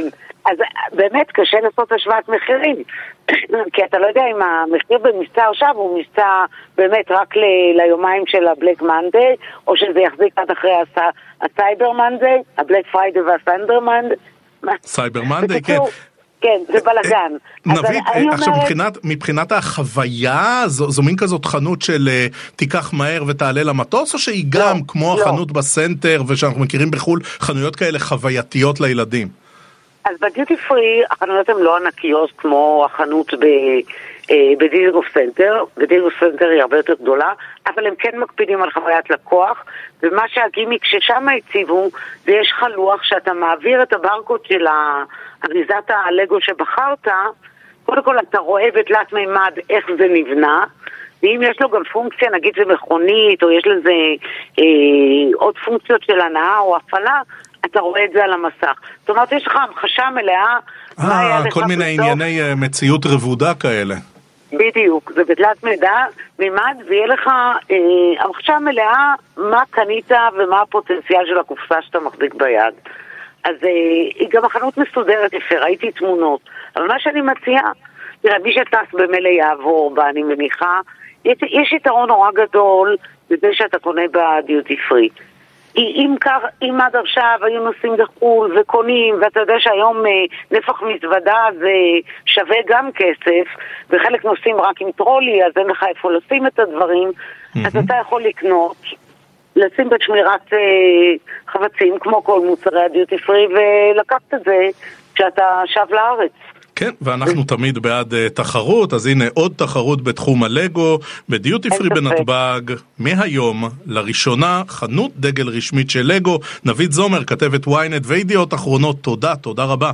אז באמת קשה לעשות השוואת מחירים, כי אתה לא יודע אם המחיר במבצע עכשיו הוא מבצע באמת רק ל- ליומיים של הבלק מנדי, או שזה יחזיק עד אחרי הס- הסייבר מנדי, הבלק פריידי והסייבר מנדי. סייבר מנדי, כן. כן, זה בלגן. נבית, עכשיו מבחינת, מבחינת החוויה, זו, זו מין כזאת חנות של תיקח מהר ותעלה למטוס, או שהיא גם לא, כמו לא. החנות בסנטר, ושאנחנו מכירים בחול, חנויות כאלה חווייתיות לילדים? אז בדיוטי פרי, החנויות הן לא ענקיות כמו החנות ב... בדיזנגוף סנטר, בדיזנגוף סנטר היא הרבה יותר גדולה, אבל הם כן מקפידים על חוויית לקוח, ומה שהגימיק ששם הציבו, זה יש לך לוח שאתה מעביר את הברקוד של אריזת הלגו שבחרת, קודם כל אתה רואה בתלת מימד איך זה נבנה, ואם יש לו גם פונקציה, נגיד זה מכונית, או יש לזה אה, עוד פונקציות של הנאה או הפעלה, אתה רואה את זה על המסך. זאת אומרת, יש לך המחשה מלאה, אה, כל מיני ענייני מציאות רבודה כאלה. בדיוק, זה בתלת מידע, מימד, ויהיה לך אה, המחשה מלאה מה קנית ומה הפוטנציאל של הקופסה שאתה מחזיק ביד. אז אה, היא גם החנות מסודרת יפה, ראיתי תמונות. אבל מה שאני מציעה, תראה, מי שטס במלא יעבור בה, אני מניחה, יש, יש יתרון נורא גדול בזה שאתה קונה בדיוטי פרי. אם כך, אם עד עכשיו היו נוסעים לחו"ל וקונים, ואתה יודע שהיום אה, נפח מזוודה זה שווה גם כסף, וחלק נוסעים רק עם טרולי, אז אין לך איפה לשים את הדברים, mm-hmm. אז אתה יכול לקנות, לשים בשמירת אה, חבצים, כמו כל מוצרי הדיוטי פרי, ולקחת את זה כשאתה שב לארץ. כן, ואנחנו תמיד בעד uh, תחרות, אז הנה עוד תחרות בתחום הלגו, בדיוטי פרי בנתב"ג, מהיום, לראשונה, חנות דגל רשמית של לגו. נבית זומר, כתבת וויינט וידיעות אחרונות, תודה, תודה רבה.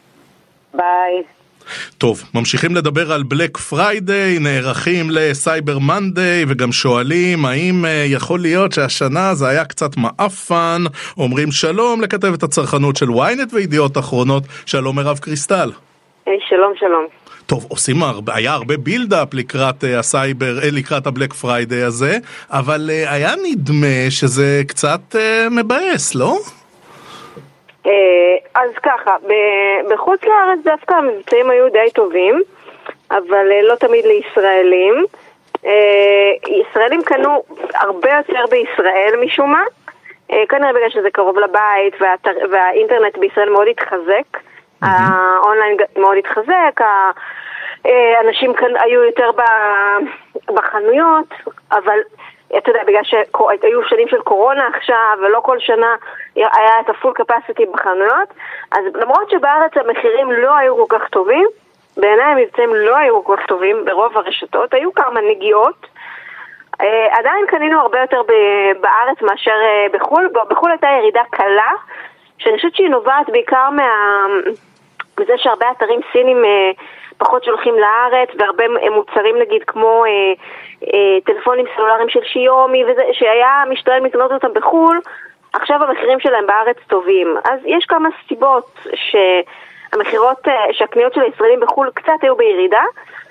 ביי. טוב, ממשיכים לדבר על בלק פריידיי, נערכים לסייבר מנדיי, וגם שואלים האם uh, יכול להיות שהשנה זה היה קצת מאפן. אומרים שלום לכתבת הצרכנות של וויינט וידיעות אחרונות, שלום מירב קריסטל. שלום, שלום. טוב, עושים הרבה, היה הרבה בילדאפ לקראת uh, הסייבר, uh, לקראת הבלק פריידיי הזה, אבל uh, היה נדמה שזה קצת uh, מבאס, לא? Uh, אז ככה, ב- בחוץ לארץ דווקא המבצעים היו די טובים, אבל uh, לא תמיד לישראלים. Uh, ישראלים קנו הרבה יותר בישראל משום מה, uh, כנראה בגלל שזה קרוב לבית, והאתר, והאינטרנט בישראל מאוד התחזק. האונליין מאוד התחזק, האנשים כאן היו יותר בחנויות, אבל אתה יודע, בגלל שהיו שנים של קורונה עכשיו, ולא כל שנה היה את הפול קפסיטי בחנויות, אז למרות שבארץ המחירים לא היו כל כך טובים, בעיניי המבצעים לא היו כל כך טובים ברוב הרשתות, היו כמה נגיעות, עדיין קנינו הרבה יותר בארץ מאשר בחול, בחול הייתה ירידה קלה, שאני חושבת שהיא נובעת בעיקר מה... מזה שהרבה אתרים סינים אה, פחות שולחים לארץ, והרבה מוצרים נגיד כמו אה, אה, טלפונים סלולריים של שיומי, וזה, שהיה משתולל לקנות אותם בחול, עכשיו המחירים שלהם בארץ טובים. אז יש כמה סיבות שהמחירות, אה, שהקניות של הישראלים בחול קצת היו בירידה,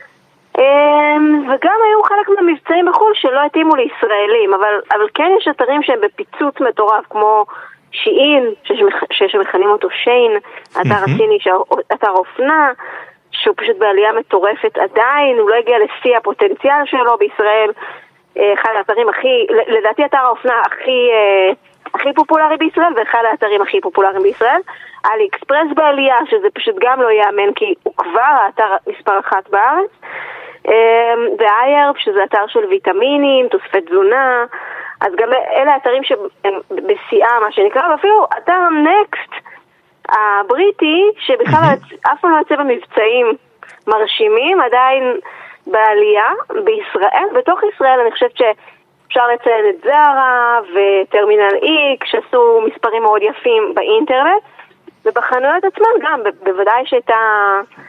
אה, וגם היו חלק מהמבצעים בחול שלא התאימו לישראלים, אבל, אבל כן יש אתרים שהם בפיצוץ מטורף, כמו שיין, שמכנים אותו שיין, אתר הסיני, אתר אופנה, שהוא פשוט בעלייה מטורפת עדיין, הוא לא הגיע לשיא הפוטנציאל שלו בישראל, אחד האתרים הכי, לדעתי אתר האופנה הכי, הכי פופולרי בישראל, ואחד האתרים הכי פופולריים בישראל, אלי אקספרס בעלייה, שזה פשוט גם לא יאמן, כי הוא כבר האתר מספר אחת בארץ, ואיירב, שזה אתר של ויטמינים, תוספי תזונה, אז גם אלה האתרים שהם בשיאה, מה שנקרא, ואפילו אתר נקסט הבריטי, שבכלל אף פעם לא יוצא במבצעים מרשימים, עדיין בעלייה בישראל. בתוך ישראל אני חושבת שאפשר לציין את זרה וטרמינל איק, שעשו מספרים מאוד יפים באינטרנט, ובחנויות עצמן גם, בוודאי שהייתה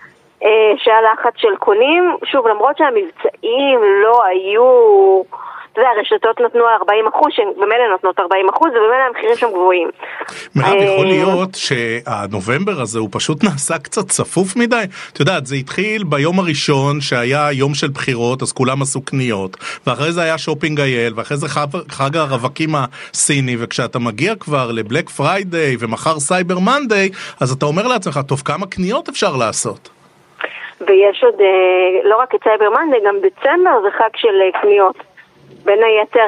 שהיה לחץ של קונים. שוב, למרות שהמבצעים לא היו אתה יודע, הרשתות נתנו ארבעים אחוז, שהן במילא נותנות ארבעים אחוז, ובמילא המחירים שם גבוהים. מירב, יכול להיות שהנובמבר הזה הוא פשוט נעשה קצת צפוף מדי? את יודעת, זה התחיל ביום הראשון שהיה יום של בחירות, אז כולם עשו קניות, ואחרי זה היה שופינג אייל, ואחרי זה חג הרווקים הסיני, וכשאתה מגיע כבר לבלק פריידיי ומחר סייבר מנדיי, אז אתה אומר לעצמך, טוב, כמה קניות אפשר לעשות? ויש עוד, לא רק את סייבר מנדיי, גם דצמבר זה חג של קניות. בין היתר,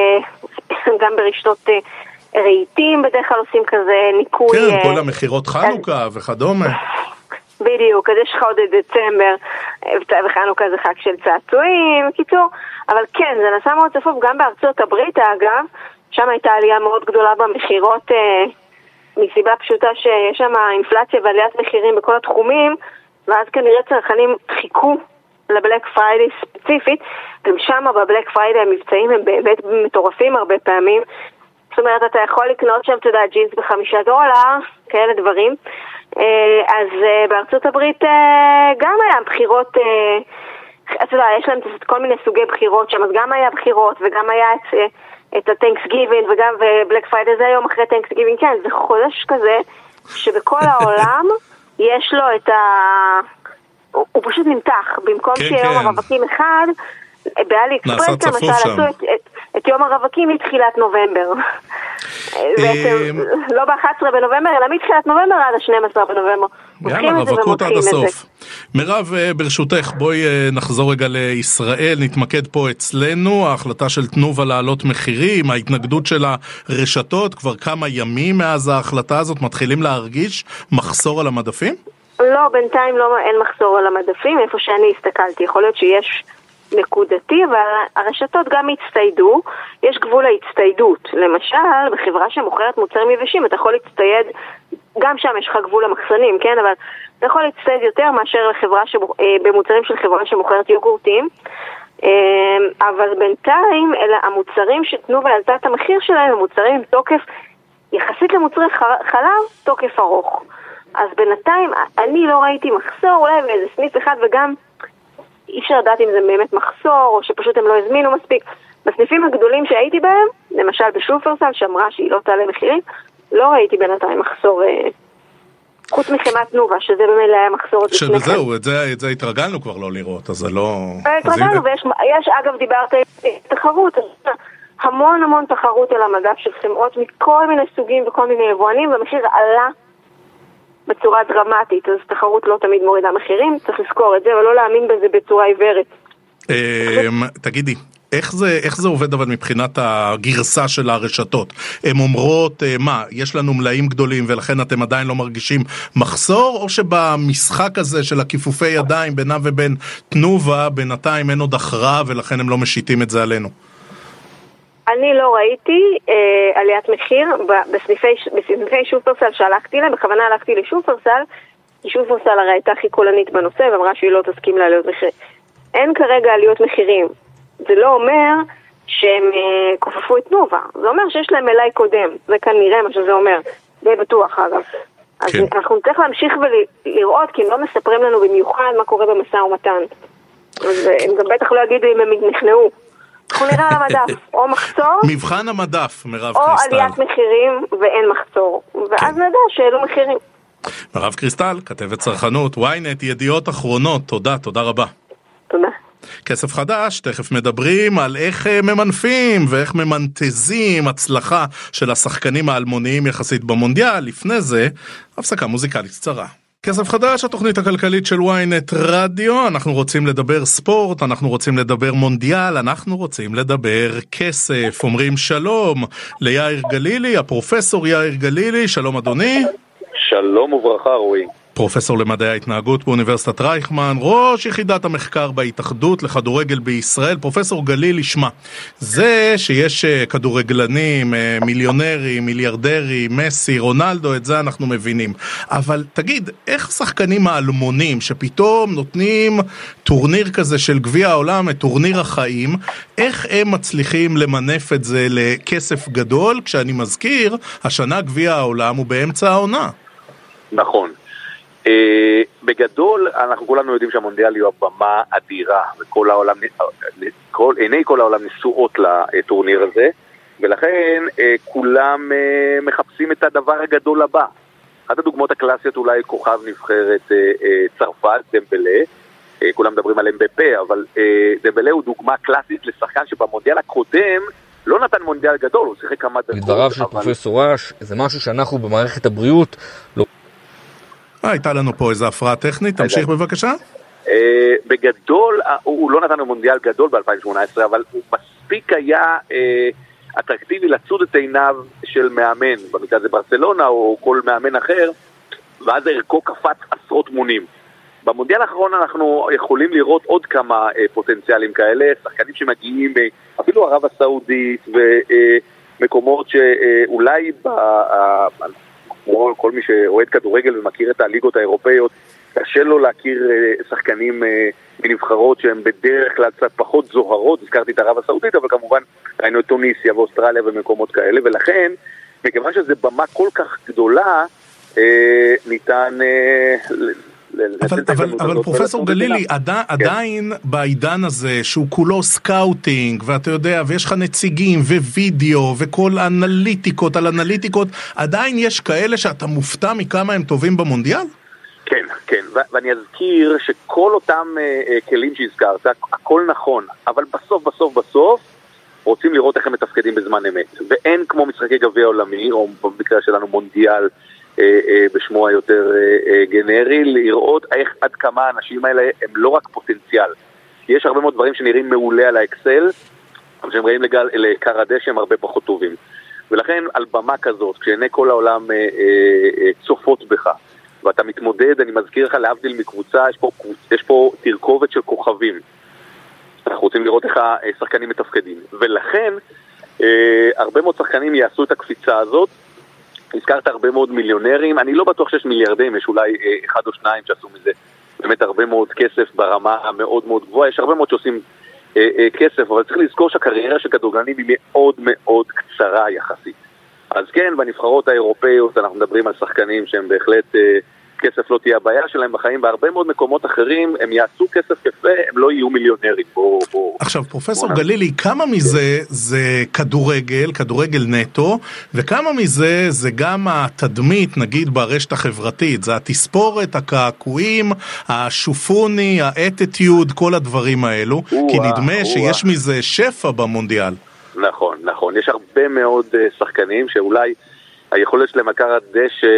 גם ברשתות רהיטים בדרך כלל עושים כזה ניקוי. כן, כל המחירות חנוכה וכדומה. בדיוק, אז יש לך עוד את דצמבר, וחנוכה זה חג של צעצועים, קיצור. אבל כן, זה נעשה מאוד צפוף, גם בארצות הברית, אגב, שם הייתה עלייה מאוד גדולה במחירות, מסיבה פשוטה שיש שם אינפלציה ועליית מחירים בכל התחומים, ואז כנראה צרכנים חיכו לבלק פריידי ספציפית, גם שם בבלק פריידי המבצעים הם באמת מטורפים הרבה פעמים. זאת אומרת, אתה יכול לקנות שם, אתה יודע, ג'ינס בחמישה דולר, כאלה דברים. אז בארצות הברית גם היה בחירות, אתה יודע, יש להם כל מיני סוגי בחירות שם, אז גם היה בחירות וגם היה את, את הטנקסגיבינג וגם בלק פריידי זה היום אחרי טנקסגיבינג, כן, זה חודש כזה שבכל העולם יש לו את ה... הוא, הוא פשוט נמתח, במקום כן, שיום כן. הרווקים אחד, באלי אקספרס למשל עשו את, את, את יום הרווקים מתחילת נובמבר. בעצם לא ב-אחד עשר בנובמבר, אלא מתחילת נובמבר עד ה-שנים עשר בנובמבר. יאללה, רווקות עד הסוף. מירב, ברשותך, בואי נחזור רגע לישראל, נתמקד פה אצלנו, ההחלטה של תנובה לעלות מחירים, ההתנגדות של הרשתות, כבר כמה ימים מאז ההחלטה הזאת מתחילים להרגיש מחסור על המדפים? לא, בינתיים לא, אין מחסור על המדפים, איפה שאני הסתכלתי, יכול להיות שיש נקודתי, אבל הרשתות גם הצטיידו, יש גבול ההצטיידות, למשל, בחברה שמוכרת מוצרים יבשים, אתה יכול להצטייד, גם שם יש לך גבול המחסנים, כן, אבל אתה יכול להצטייד יותר מאשר לחברה שמוכ... במוצרים של חברה שמוכרת יוגורטים, אבל בינתיים, אלה המוצרים שתנו ועלתה את המחיר שלהם, הם מוצרים עם תוקף, יחסית למוצרי חלב, תוקף ארוך. אז בינתיים, אני לא ראיתי מחסור, אולי באיזה סניף אחד, וגם אי אפשר לדעת אם זה באמת מחסור, או שפשוט הם לא הזמינו מספיק. בסניפים הגדולים שהייתי בהם, למשל בשופרסל, שאמרה שהיא לא תעלה מחירים, לא ראיתי בינתיים מחסור, אה, חוץ מחמת תנובה, שזה באמת היה מחסור. שזהו, את זה, את זה התרגלנו כבר לא לראות, אז זה לא... התרגלנו, ויש, יש, אגב, דיברת תחרות, המון המון תחרות על המדף של חמאות מכל מיני סוגים וכל מיני יבואנים, והמחיר עלה בצורה דרמטית, אז תחרות לא תמיד מורידה מחירים, צריך לזכור את זה, אבל לא להאמין בזה בצורה עיוורת. תגידי, איך זה, איך זה עובד אבל מבחינת הגרסה של הרשתות? הן אומרות, מה, יש לנו מלאים גדולים ולכן אתם עדיין לא מרגישים מחסור, או שבמשחק הזה של הכיפופי ידיים בינה ובין תנובה, בינתיים אין עוד הכרעה ולכן הם לא משיתים את זה עלינו? אני לא ראיתי אה, עליית מחיר בסניפי, בסניפי שופרסל שהלכתי להם, בכוונה הלכתי לשופרסל, כי שופרסל הרי הייתה הכי קולנית בנושא ואמרה שהיא לא תסכים לעליות מחירים. אין כרגע עליות מחירים. זה לא אומר שהם אה, כופפו את תנובה, זה אומר שיש להם מלאי קודם, זה כנראה מה שזה אומר, די בטוח אגב. אז כן. אנחנו צריך להמשיך ולראות, כי הם לא מספרים לנו במיוחד מה קורה במשא ומתן. אז הם גם בטח לא יגידו אם הם נכנעו. אנחנו נראה על המדף, או מחסור, מבחן המדף, מירב או קריסטל. עליית מחירים ואין מחסור, ואז כן. נדע שאלו מחירים. מירב קריסטל, כתבת צרכנות, וויינט, ידיעות אחרונות, תודה, תודה רבה. תודה. כסף חדש, תכף מדברים על איך ממנפים ואיך ממנטזים הצלחה של השחקנים האלמוניים יחסית במונדיאל. לפני זה, הפסקה מוזיקלית קצרה. כסף חדש, התוכנית הכלכלית של וויינט רדיו, אנחנו רוצים לדבר ספורט, אנחנו רוצים לדבר מונדיאל, אנחנו רוצים לדבר כסף. אומרים שלום ליאיר גלילי, הפרופסור יאיר גלילי, שלום אדוני. שלום וברכה רועי. פרופסור למדעי ההתנהגות באוניברסיטת רייכמן, ראש יחידת המחקר בהתאחדות לכדורגל בישראל. פרופסור גלילי, שמע, זה שיש כדורגלנים, מיליונרים, מיליארדרים, מסי, רונלדו, את זה אנחנו מבינים. אבל תגיד, איך שחקנים האלמונים שפתאום נותנים טורניר כזה של גביע העולם, את טורניר החיים, איך הם מצליחים למנף את זה לכסף גדול, כשאני מזכיר, השנה גביע העולם הוא באמצע העונה. נכון. בגדול, אנחנו כולנו יודעים שהמונדיאל היא הבמה אדירה, וכל העולם, כל, עיני כל העולם נשואות לטורניר הזה, ולכן כולם מחפשים את הדבר הגדול הבא. אחת הדוגמאות הקלאסיות אולי כוכב נבחרת צרפת, דמבלה, כולם מדברים על אמבפה, אבל דמבלה הוא דוגמה קלאסית לשחקן שבמונדיאל הקודם לא נתן מונדיאל גדול, הוא שיחק כמה דקות. לדבריו של פרופסור אש, זה משהו שאנחנו במערכת הבריאות לא... אה, הייתה לנו פה איזו הפרעה טכנית, תמשיך בבקשה. בגדול, הוא לא נתן מונדיאל גדול ב-אלפיים שמונה עשרה, אבל הוא מספיק היה אטרקטיבי לצוד את עיניו של מאמן, במקרה זה ברצלונה או כל מאמן אחר, ואז ערכו קפץ עשרות מונים. במונדיאל האחרון אנחנו יכולים לראות עוד כמה פוטנציאלים כאלה, שחקנים שמגיעים אפילו ערב הסעודית ומקומות שאולי כל מי שאוהד כדורגל ומכיר את הליגות האירופאיות, קשה לו להכיר שחקנים מנבחרות שהם בדרך כלל קצת פחות זוהרות, הזכרתי את ערב הסעודית, אבל כמובן ראינו את טוניסיה ואוסטרליה ומקומות כאלה, ולכן, מכיוון שזו במה כל כך גדולה, ניתן... אבל, אבל, אבל פרופסור גלילי, עדי, עדיין בעידן הזה שהוא כולו סקאוטינג, ואתה יודע, ויש לך נציגים ווידאו וכל אנליטיקות על אנליטיקות, עדיין יש כאלה שאתה מופתע מכמה הם טובים במונדיאל? כן, כן, ו- ואני אזכיר שכל אותם uh, כלים שהזכרת, הכל נכון, אבל בסוף בסוף בסוף רוצים לראות איך הם מתפקדים בזמן אמת, ואין כמו משחקי גביע עולמי, או במקרה שלנו מונדיאל, בשמו היותר גנרי, לראות איך עד כמה האנשים האלה הם לא רק פוטנציאל. יש הרבה מאוד דברים שנראים מעולה על האקסל, אבל שהם ראים לקר הדשא הם הרבה פחות טובים. ולכן על במה כזאת, כשעיני כל העולם צופות בך, ואתה מתמודד, אני מזכיר לך להבדיל מקבוצה, יש פה, יש פה תרכובת של כוכבים. אנחנו רוצים לראות איך השחקנים מתפקדים. ולכן הרבה מאוד שחקנים יעשו את הקפיצה הזאת, הזכרת הרבה מאוד מיליונרים, אני לא בטוח שיש מיליארדים, יש אולי אה, אחד או שניים שעשו מזה באמת הרבה מאוד כסף ברמה המאוד מאוד גבוהה, יש הרבה מאוד שעושים אה, אה, כסף, אבל צריך לזכור שהקריירה של כדורגלנים היא מאוד מאוד קצרה יחסית. אז כן, בנבחרות האירופאיות אנחנו מדברים על שחקנים שהם בהחלט אה, כסף לא תהיה הבעיה שלהם בחיים, בהרבה מאוד מקומות אחרים הם יעשו כסף יפה, הם לא יהיו מיליונרים. בוא, בוא, עכשיו, פרופסור בוא גלילי, כמה מזה זה כדורגל, כדורגל נטו, וכמה מזה זה גם התדמית, נגיד, ברשת החברתית, זה התספורת, הקעקועים, השופוני, האטיטיוד, כל הדברים האלו, כי נדמה שיש מזה שפע במונדיאל. נכון, נכון, יש הרבה מאוד שחקנים שאולי היכולת שלהם עקר הדשא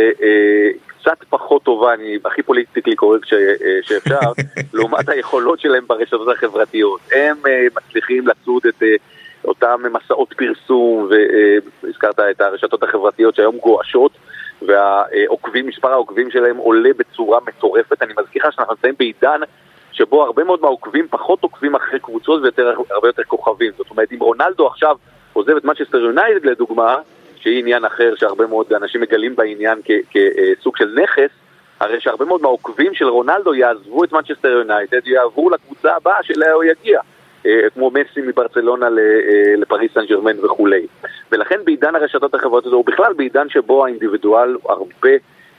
קצת פחות טובה, אני הכי פוליטיקלי קורקט שאפשר, לעומת היכולות שלהם ברשתות החברתיות. הם מצליחים לצוד את אותם מסעות פרסום, והזכרת את הרשתות החברתיות שהיום גואשות, והעוקבים, מספר העוקבים שלהם עולה בצורה מטורפת. אני מזכיר לך שאנחנו נמצאים בעידן שבו הרבה מאוד מהעוקבים פחות עוקבים אחרי קבוצות ויותר, הרבה יותר כוכבים. זאת אומרת, אם רונלדו עכשיו עוזב את מנצ'סטר יונייטד לדוגמה, שהיא עניין אחר שהרבה מאוד אנשים מגלים בעניין כסוג של נכס, הרי שהרבה מאוד מהעוקבים של רונלדו יעזבו את מנצ'סטר יונייטד, יעברו לקבוצה הבאה שאליה הוא יגיע, כמו מסי מברצלונה לפריס סן ז'רמן וכולי. ולכן בעידן הרשתות החברתיות, או בכלל בעידן שבו האינדיבידואל הרבה,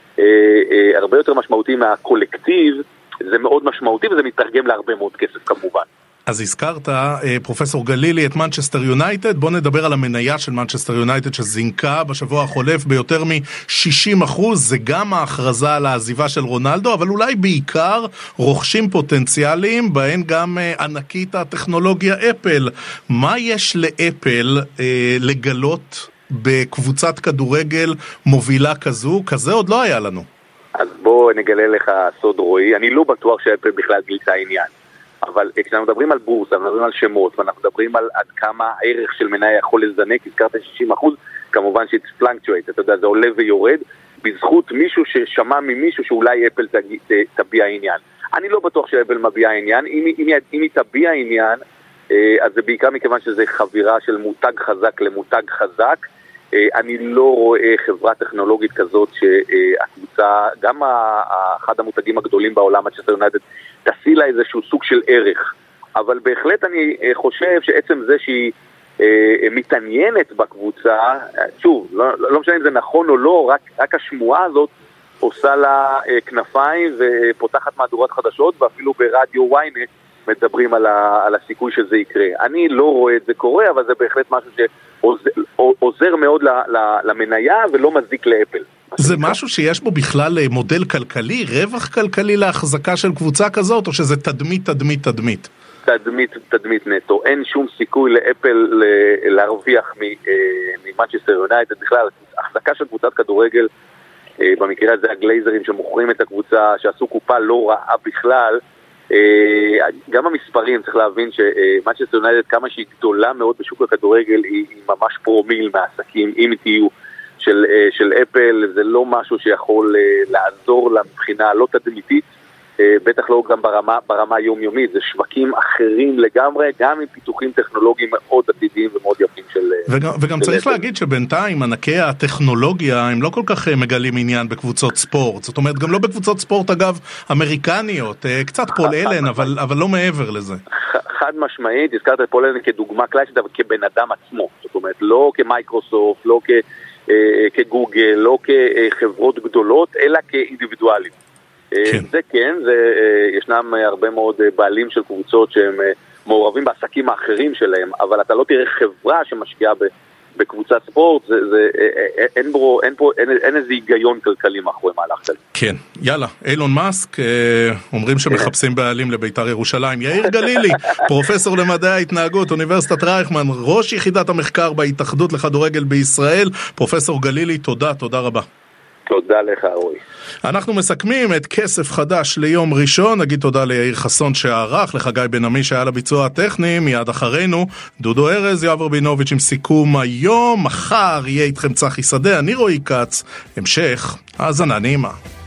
הרבה יותר משמעותי מהקולקטיב, זה מאוד משמעותי וזה מתרגם להרבה מאוד כסף כמובן. אז הזכרת, פרופסור גלילי, את מנצ'סטר יונייטד. בוא נדבר על המניה של מנצ'סטר יונייטד שזינקה בשבוע החולף ביותר מ-שישים אחוז. זה גם ההכרזה על העזיבה של רונלדו, אבל אולי בעיקר רוכשים פוטנציאליים, בהן גם ענקית הטכנולוגיה אפל. מה יש לאפל אה, לגלות בקבוצת כדורגל מובילה כזו? כזה עוד לא היה לנו. אז בוא נגלה לך סוד רועי. אני לא בטוח שאפל בכלל גילתה עניין. אבל כשאנחנו מדברים על בורסה, אנחנו מדברים על שמות, ואנחנו מדברים על עד כמה הערך של מניה יכול לזנק, הזכרת שישים אחוז, כמובן שזה פלנקצ'ואט, אתה יודע, זה עולה ויורד, בזכות מישהו ששמע ממישהו שאולי אפל תביע עניין. אני לא בטוח שאפל מביע עניין, אם, אם, אם היא תביע עניין, אז זה בעיקר מכיוון שזה חבירה של מותג חזק למותג חזק, אני לא רואה חברה טכנולוגית כזאת שהקבוצה, גם אחד המותגים הגדולים בעולם, מנצ'סטר יונייטד, תעשי לה איזשהו סוג של ערך. אבל בהחלט אני חושב שעצם זה שהיא מתעניינת בקבוצה, שוב, לא, לא משנה אם זה נכון או לא, רק, רק השמועה הזאת עושה לה כנפיים ופותחת מהדורת חדשות, ואפילו ברדיו וויינט מדברים על, ה, על הסיכוי שזה יקרה. אני לא רואה את זה קורה, אבל זה בהחלט משהו שעוזר מאוד למניה ולא מזיק לאפל. זה משהו שיש בו בכלל מודל כלכלי, רווח כלכלי להחזקה של קבוצה כזאת, או שזה תדמית, תדמית, תדמית? תדמית, תדמית נטו. אין שום סיכוי לאפל להרוויח ממנצ'סטר יונייטד. בכלל, החזקה של קבוצת כדורגל, במקרה הזה הגלייזרים שמוכרים את הקבוצה, שעשו קופה לא רעה בכלל, גם המספרים, צריך להבין שמנצ'סטר יונייטד, כמה שהיא גדולה מאוד בשוק הכדורגל, היא ממש פרומיל מהעסקים, אם תהיו של, של אפל, זה לא משהו שיכול לעזור לה מבחינה לא תדמיתית, בטח לא גם ברמה, ברמה יומיומית, זה שווקים אחרים לגמרי, גם עם פיתוחים טכנולוגיים מאוד עתידיים ומאוד יפים של... וגם, וגם של צריך אפל. להגיד שבינתיים ענקי הטכנולוגיה הם לא כל כך מגלים עניין בקבוצות ספורט, זאת אומרת גם לא בקבוצות ספורט אגב אמריקניות, קצת פול אלן, אבל, אבל לא מעבר לזה. חד משמעית, הזכרת את פול אלן כדוגמה קלאסית, אבל כבן אדם עצמו, זאת אומרת לא כמייקרוסופט, לא כ... כגוגל, לא כחברות גדולות, אלא כאינדיבידואלים. כן. זה כן, זה, ישנם הרבה מאוד בעלים של קבוצות שהם מעורבים בעסקים האחרים שלהם, אבל אתה לא תראה חברה שמשקיעה בקבוצת ספורט, זה, זה, אין, בו, אין, פה, אין, אין איזה היגיון כלכלי מאחורי מהלך כזה. כן, יאללה, אילון מאסק, אומרים שמחפשים בעלים לביתר ירושלים. יאיר גלילי, פרופסור למדעי ההתנהגות, אוניברסיטת רייכמן, ראש יחידת המחקר בהתאחדות לכדורגל בישראל. פרופסור גלילי, תודה, תודה רבה. תודה לך, רועי. אנחנו מסכמים את כסף חדש ליום ראשון. נגיד תודה ליאיר חסון שערך, לחגי בן עמי שהיה לביצוע הטכני. מיד אחרינו דודו ארז, יואב רבינוביץ' עם סיכום היום. מחר יהיה איתכם צחי שדה, אני רועי קץ. המשך האזנה נעימה.